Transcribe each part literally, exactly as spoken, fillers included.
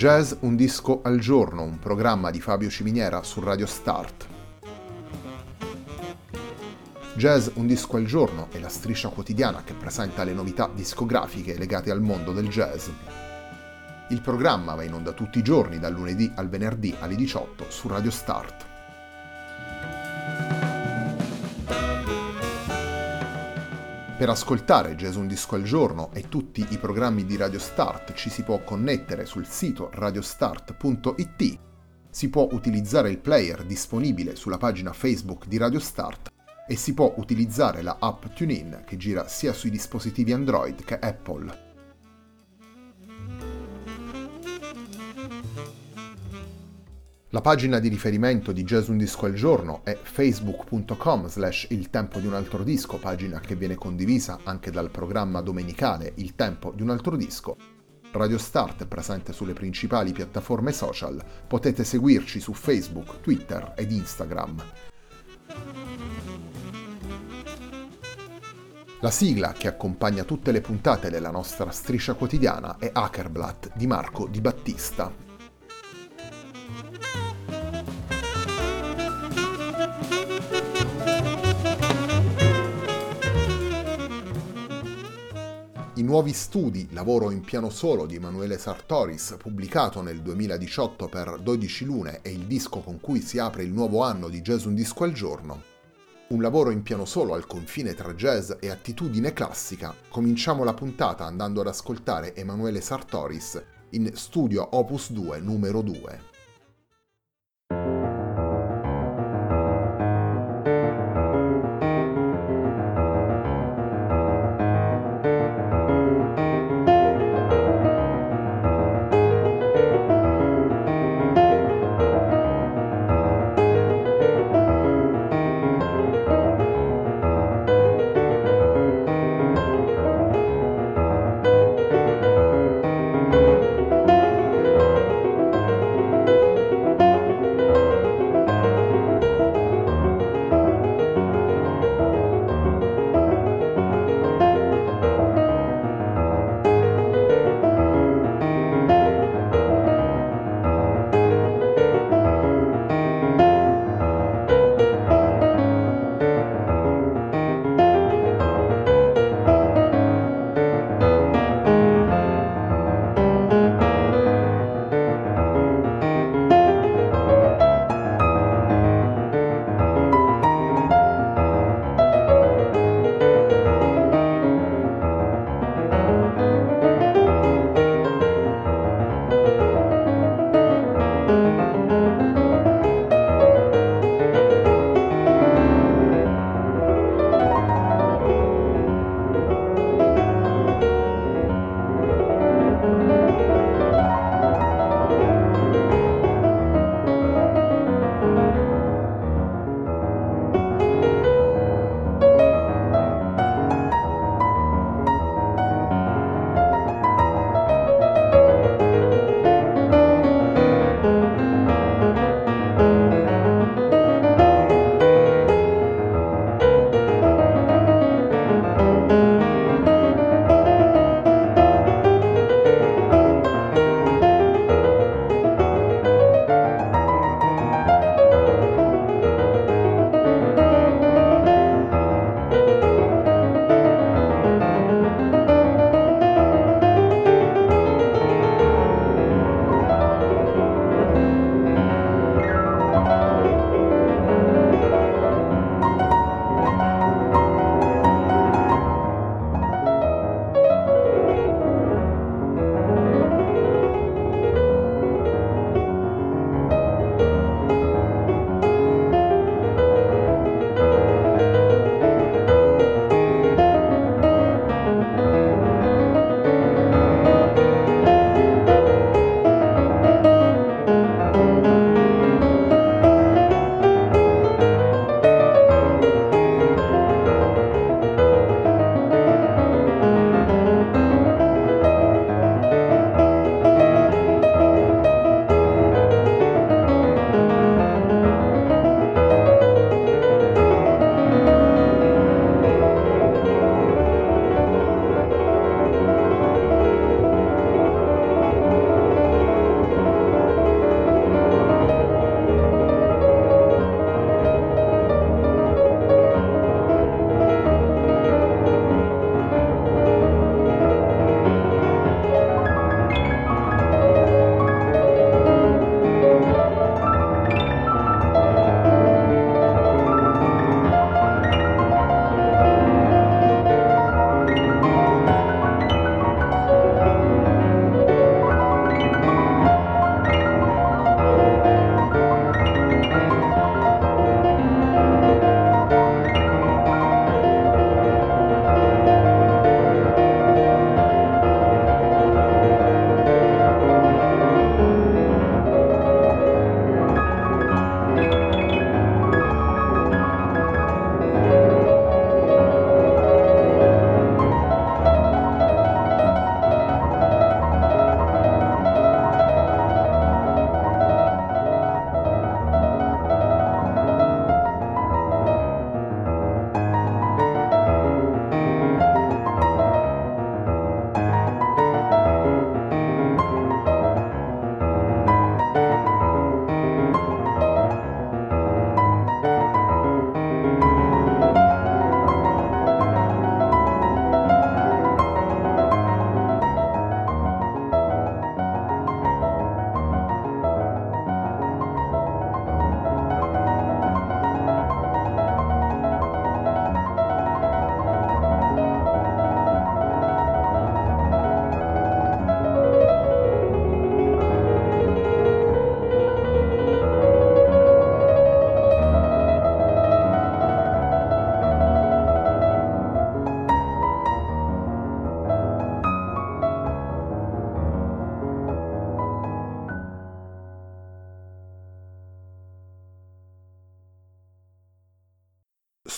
Jazz un disco al giorno, un programma di Fabio Ciminiera su Radio Start. Jazz un disco al giorno è la striscia quotidiana che presenta le novità discografiche legate al mondo del jazz. Il programma va in onda tutti i giorni dal lunedì al venerdì alle diciotto su Radio Start. Per ascoltare Jazz un disco al giorno e tutti i programmi di Radio Start ci si può connettere sul sito radiostart punto it, si può utilizzare il player disponibile sulla pagina Facebook di Radio Start e si può utilizzare la app TuneIn che gira sia sui dispositivi Android che Apple. La pagina di riferimento di Jazz un disco al giorno è facebook punto com slash il tempo di un altro disco, pagina che viene condivisa anche dal programma domenicale Il tempo di un altro disco. Radio Start è presente sulle principali piattaforme social, potete seguirci su Facebook, Twitter ed Instagram. La sigla che accompagna tutte le puntate della nostra striscia quotidiana è Hackerblatt di Marco Di Battista. I nuovi studi, lavoro in piano solo di Emanuele Sartoris, pubblicato nel duemiladiciotto per dodici Lune, è il disco con cui si apre il nuovo anno di Jazz un disco al giorno. Un lavoro in piano solo al confine tra jazz e attitudine classica. Cominciamo la puntata andando ad ascoltare Emanuele Sartoris in Studio Opus due numero due.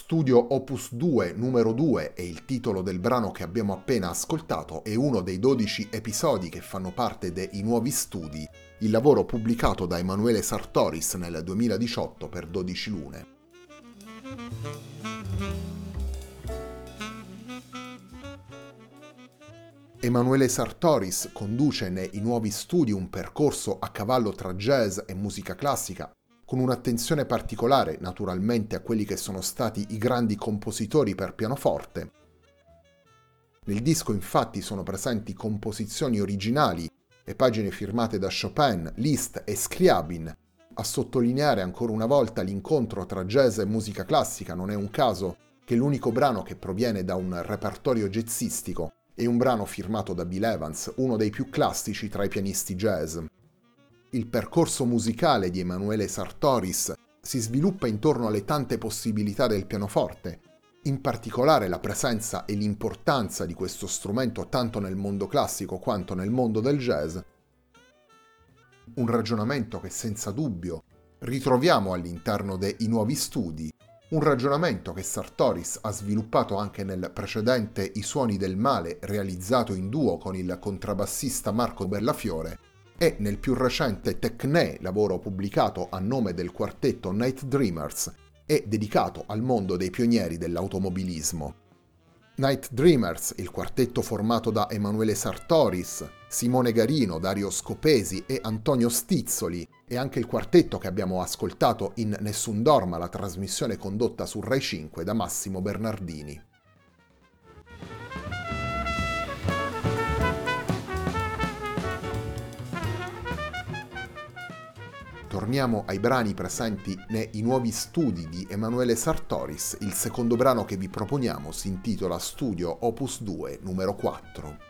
Studio Opus due numero due è il titolo del brano che abbiamo appena ascoltato e uno dei dodici episodi che fanno parte dei Nuovi Studi, il lavoro pubblicato da Emanuele Sartoris nel duemiladiciotto per dodici Lune. Emanuele Sartoris conduce nei Nuovi Studi un percorso a cavallo tra jazz e musica classica, con un'attenzione particolare naturalmente a quelli che sono stati i grandi compositori per pianoforte. Nel disco infatti sono presenti composizioni originali e pagine firmate da Chopin, Liszt e Scriabin. A sottolineare ancora una volta l'incontro tra jazz e musica classica non è un caso che l'unico brano che proviene da un repertorio jazzistico è un brano firmato da Bill Evans, uno dei più classici tra i pianisti jazz. Il percorso musicale di Emanuele Sartoris si sviluppa intorno alle tante possibilità del pianoforte, in particolare la presenza e l'importanza di questo strumento tanto nel mondo classico quanto nel mondo del jazz. Un ragionamento che senza dubbio ritroviamo all'interno dei Nuovi Studi, un ragionamento che Sartoris ha sviluppato anche nel precedente I suoni del male realizzato in duo con il contrabbassista Marco Bellafiore e nel più recente Tecne, lavoro pubblicato a nome del quartetto Night Dreamers e dedicato al mondo dei pionieri dell'automobilismo. Night Dreamers, il quartetto formato da Emanuele Sartoris, Simone Garino, Dario Scopesi e Antonio Stizzoli, e anche il quartetto che abbiamo ascoltato in Nessun Dorma, la trasmissione condotta su Rai cinque da Massimo Bernardini. Torniamo ai brani presenti nei Nuovi Studi di Emanuele Sartoris. Il secondo brano che vi proponiamo si intitola Studio Opus due numero quattro.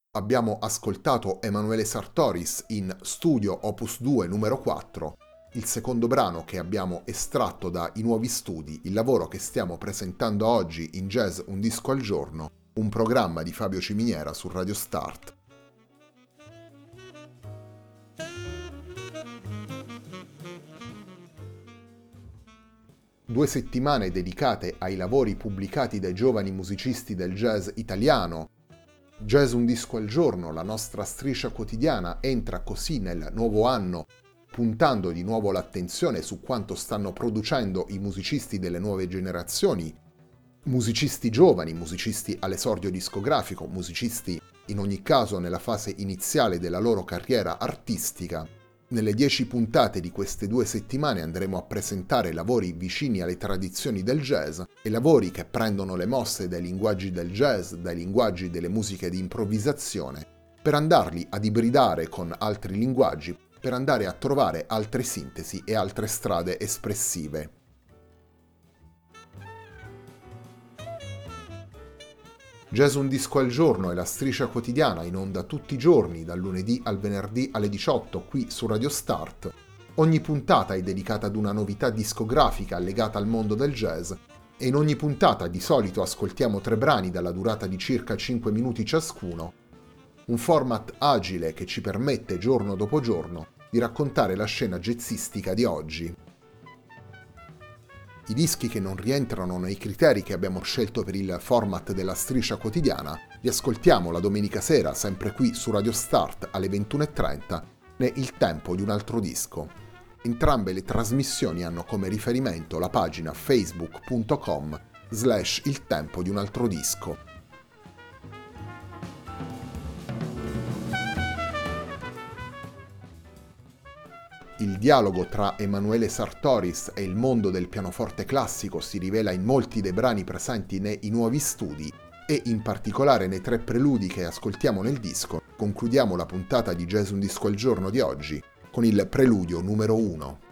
Abbiamo ascoltato Emanuele Sartoris in Studio Opus due numero quattro, il secondo brano che abbiamo estratto da I Nuovi Studi, il lavoro che stiamo presentando oggi in Jazz Un Disco al Giorno, un programma di Fabio Ciminiera su Radio Start. Due settimane dedicate ai lavori pubblicati dai giovani musicisti del jazz italiano. Jazz Un Disco al Giorno, la nostra striscia quotidiana, entra così nel nuovo anno, puntando di nuovo l'attenzione su quanto stanno producendo i musicisti delle nuove generazioni, musicisti giovani, musicisti all'esordio discografico, musicisti in ogni caso nella fase iniziale della loro carriera artistica. Nelle dieci puntate di queste due settimane andremo a presentare lavori vicini alle tradizioni del jazz e lavori che prendono le mosse dai linguaggi del jazz, dai linguaggi delle musiche di improvvisazione, per andarli ad ibridare con altri linguaggi, per andare a trovare altre sintesi e altre strade espressive. Jazz Un Disco al Giorno è la striscia quotidiana in onda tutti i giorni, dal lunedì al venerdì alle diciotto, qui su Radio Start. Ogni puntata è dedicata ad una novità discografica legata al mondo del jazz e in ogni puntata di solito ascoltiamo tre brani dalla durata di circa cinque minuti ciascuno. Un format agile che ci permette giorno dopo giorno di raccontare la scena jazzistica di oggi. I dischi che non rientrano nei criteri che abbiamo scelto per il format della striscia quotidiana li ascoltiamo la domenica sera, sempre qui su Radio Start alle ventuno e trenta, né Il tempo di un altro disco. Entrambe le trasmissioni hanno come riferimento la pagina facebook punto com slash il tempo di un altro disco. Il dialogo tra Emanuele Sartoris e il mondo del pianoforte classico si rivela in molti dei brani presenti nei Nuovi Studi e in particolare nei tre preludi che ascoltiamo nel disco. Concludiamo la puntata di Jazz Un Disco al Giorno di oggi con il preludio numero uno.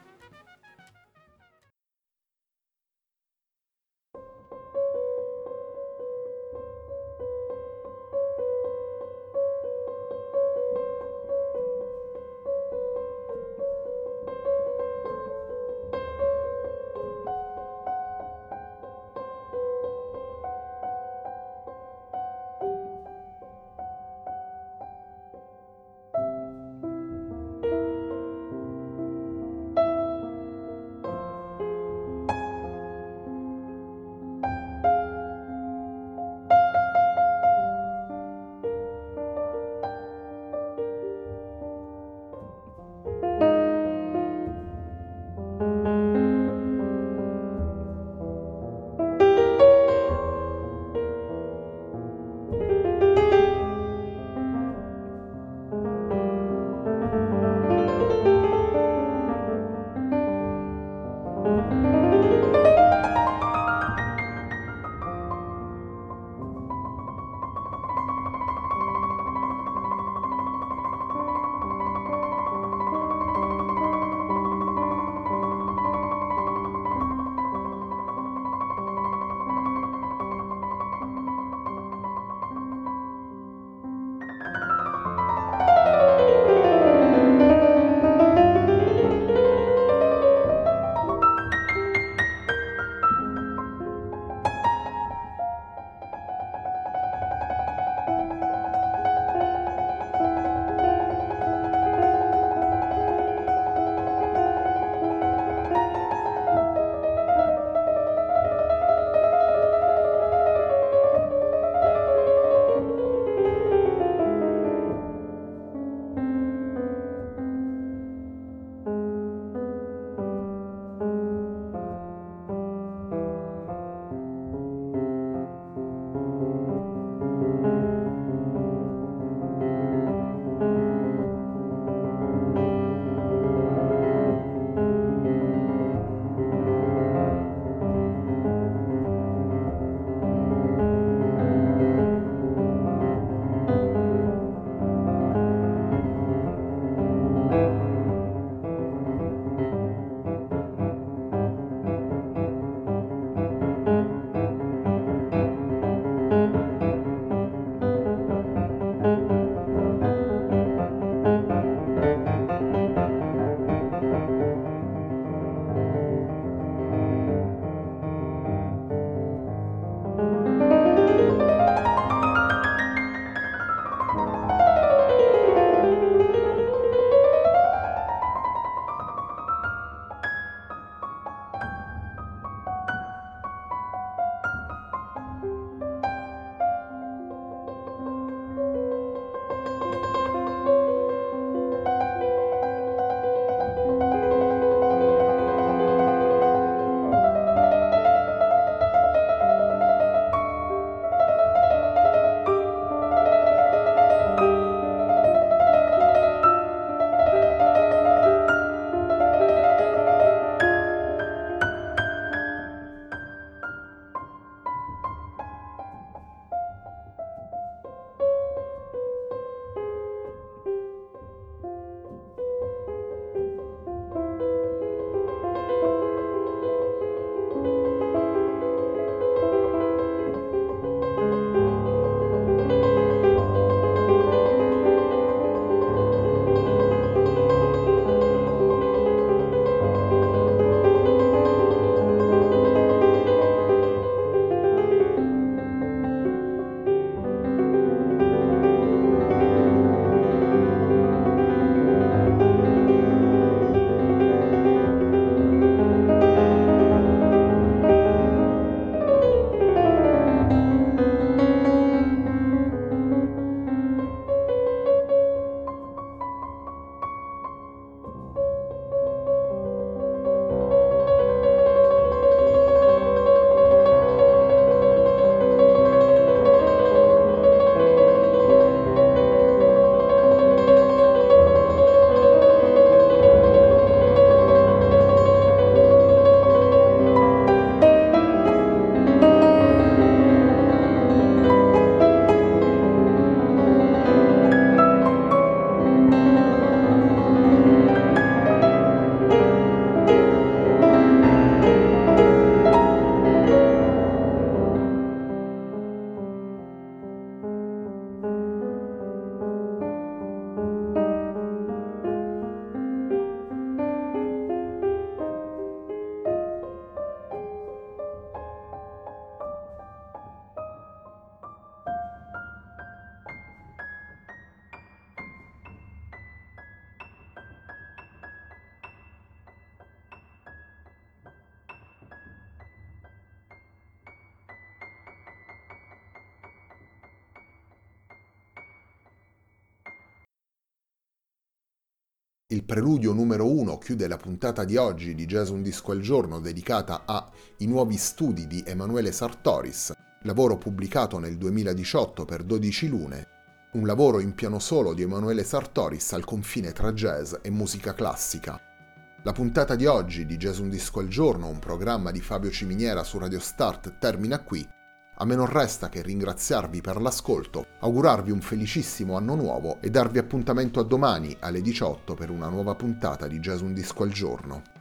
Il preludio numero uno chiude la puntata di oggi di Jazz Un Disco al Giorno dedicata a I nuovi studi di Emanuele Sartoris, lavoro pubblicato nel duemiladiciotto per dodici lune, un lavoro in piano solo di Emanuele Sartoris al confine tra jazz e musica classica. La puntata di oggi di Jazz Un Disco al Giorno, un programma di Fabio Ciminiera su Radio Start, termina qui. A me non resta che ringraziarvi per l'ascolto, augurarvi un felicissimo anno nuovo e darvi appuntamento a domani alle diciotto per una nuova puntata di Jazz Un Disco al Giorno.